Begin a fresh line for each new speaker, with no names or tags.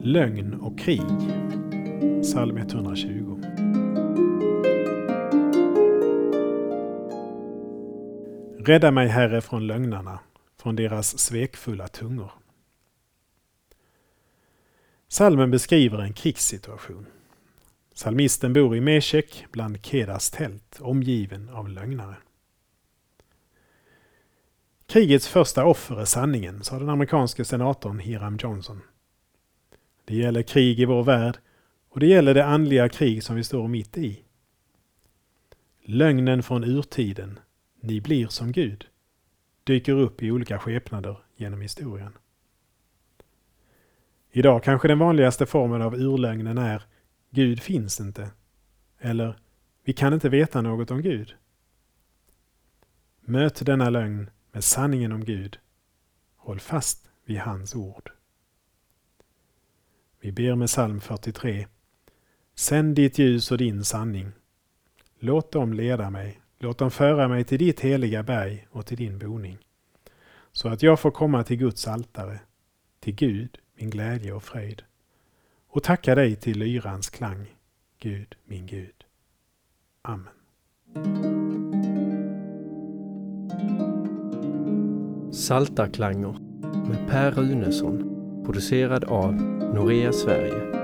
Lögn och krig. Psalm 120. Rädda mig, Herre, från lögnarna, från deras svekfulla tungor. Psalmen beskriver en krigssituation. Psalmisten bor i Meshek bland Kedas tält, omgiven av lögnare. Krigets första offer är sanningen, sa den amerikanske senatorn Hiram Johnson. Det gäller krig i vår värld och det gäller det andliga krig som vi står mitt i. Lögnen från urtiden, ni blir som Gud, dyker upp i olika skepnader genom historien. Idag kanske den vanligaste formen av urlögnen är Gud finns inte, eller vi kan inte veta något om Gud. Möt denna lögn med sanningen om Gud. Håll fast vid hans ord. Vi ber med psalm 43. Sänd ditt ljus och din sanning. Låt dem leda mig. Låt dem föra mig till ditt heliga berg och till din boning. Så att jag får komma till Guds altare, till Gud, min glädje och fröjd. Och tacka dig till lyrans klang, Gud, min Gud. Amen.
Saltarklanger med Per Runesson, producerad av Norea Sverige.